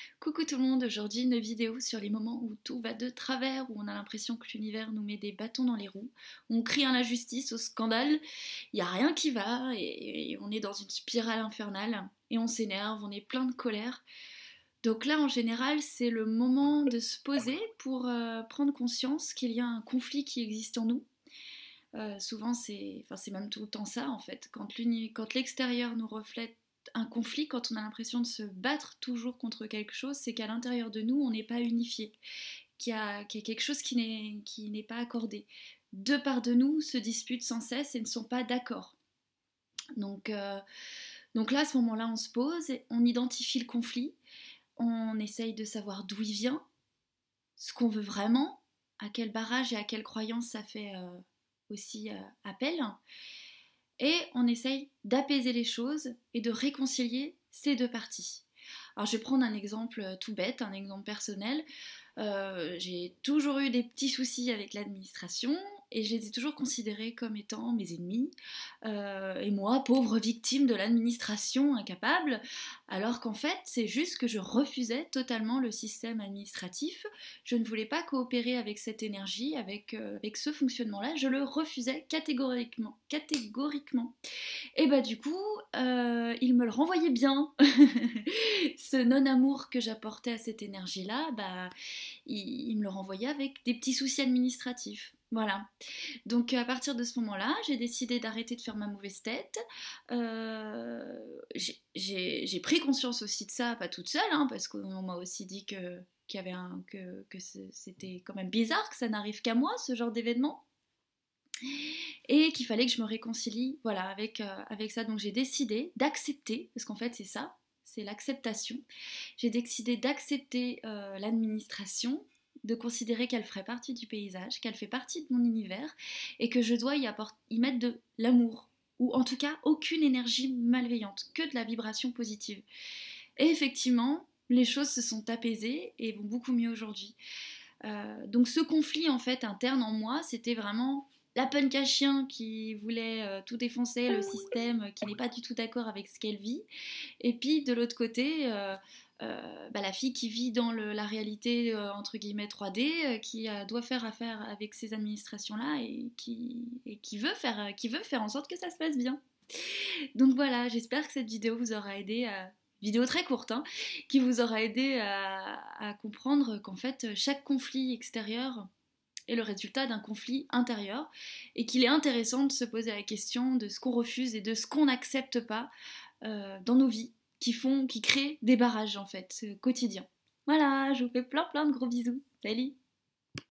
Coucou tout le monde, aujourd'hui une vidéo sur les moments où tout va de travers, où on a l'impression que l'univers nous met des bâtons dans les roues, où on crie à l'injustice, au scandale, il n'y a rien qui va et on est dans une spirale infernale et on s'énerve, on est plein de colère. Donc là en général c'est le moment de se poser pour prendre conscience qu'il y a un conflit qui existe en nous. Souvent c'est même tout le temps ça en fait, quand l'extérieur nous reflète un conflit, quand on a l'impression de se battre toujours contre quelque chose, c'est qu'à l'intérieur de nous, on n'est pas unifié, qu'il y a quelque chose qui n'est pas accordé. Deux parts de nous se disputent sans cesse et ne sont pas d'accord. Donc, euh, donc là, à ce moment-là, on se pose, on identifie le conflit, on essaye de savoir d'où il vient, ce qu'on veut vraiment, à quel barrage et à quelle croyance ça fait aussi appel. Et on essaye d'apaiser les choses et de réconcilier ces deux parties. Alors je vais prendre un exemple tout bête, un exemple personnel. J'ai toujours eu des petits soucis avec l'administration et je les ai toujours considérés comme étant mes ennemis. Et moi, pauvre victime de l'administration incapable, alors qu'en fait, c'est juste que je refusais totalement le système administratif. Je ne voulais pas coopérer avec cette énergie, avec ce fonctionnement-là. Je le refusais catégoriquement. Catégoriquement. Et bah du coup, il me le renvoyait bien. Ce non-amour que j'apportais à cette énergie-là, bah, il me le renvoyait avec des petits soucis administratifs. Voilà. Donc à partir de ce moment-là, j'ai décidé d'arrêter de faire ma mauvaise tête. J'ai pris conscience aussi de ça, pas toute seule, hein, parce qu'on m'a aussi dit qu'il y avait que c'était quand même bizarre que ça n'arrive qu'à moi, ce genre d'événement. Et qu'il fallait que je me réconcilie voilà, avec ça. Donc j'ai décidé d'accepter, parce qu'en fait c'est ça, c'est l'acceptation. J'ai décidé d'accepter l'administration, de considérer qu'elle ferait partie du paysage, qu'elle fait partie de mon univers, et que je dois y mettre de l'amour, ou en tout cas aucune énergie malveillante, que de la vibration positive. Et effectivement, les choses se sont apaisées et vont beaucoup mieux aujourd'hui. Donc ce conflit en fait interne en moi, c'était vraiment la punk à chien qui voulait tout défoncer, le système qui n'est pas du tout d'accord avec ce qu'elle vit. Et puis de l'autre côté, la fille qui vit dans la réalité entre guillemets 3D, qui doit faire affaire avec ces administrations-là et qui veut faire en sorte que ça se passe bien. Donc voilà, j'espère que cette vidéo vous aura aidé à vidéo très courte, hein, qui vous aura aidé à comprendre qu'en fait chaque conflit extérieur est le résultat d'un conflit intérieur et qu'il est intéressant de se poser la question de ce qu'on refuse et de ce qu'on n'accepte pas dans nos vies qui créent des barrages en fait quotidiens. Voilà, je vous fais plein de gros bisous. Salut!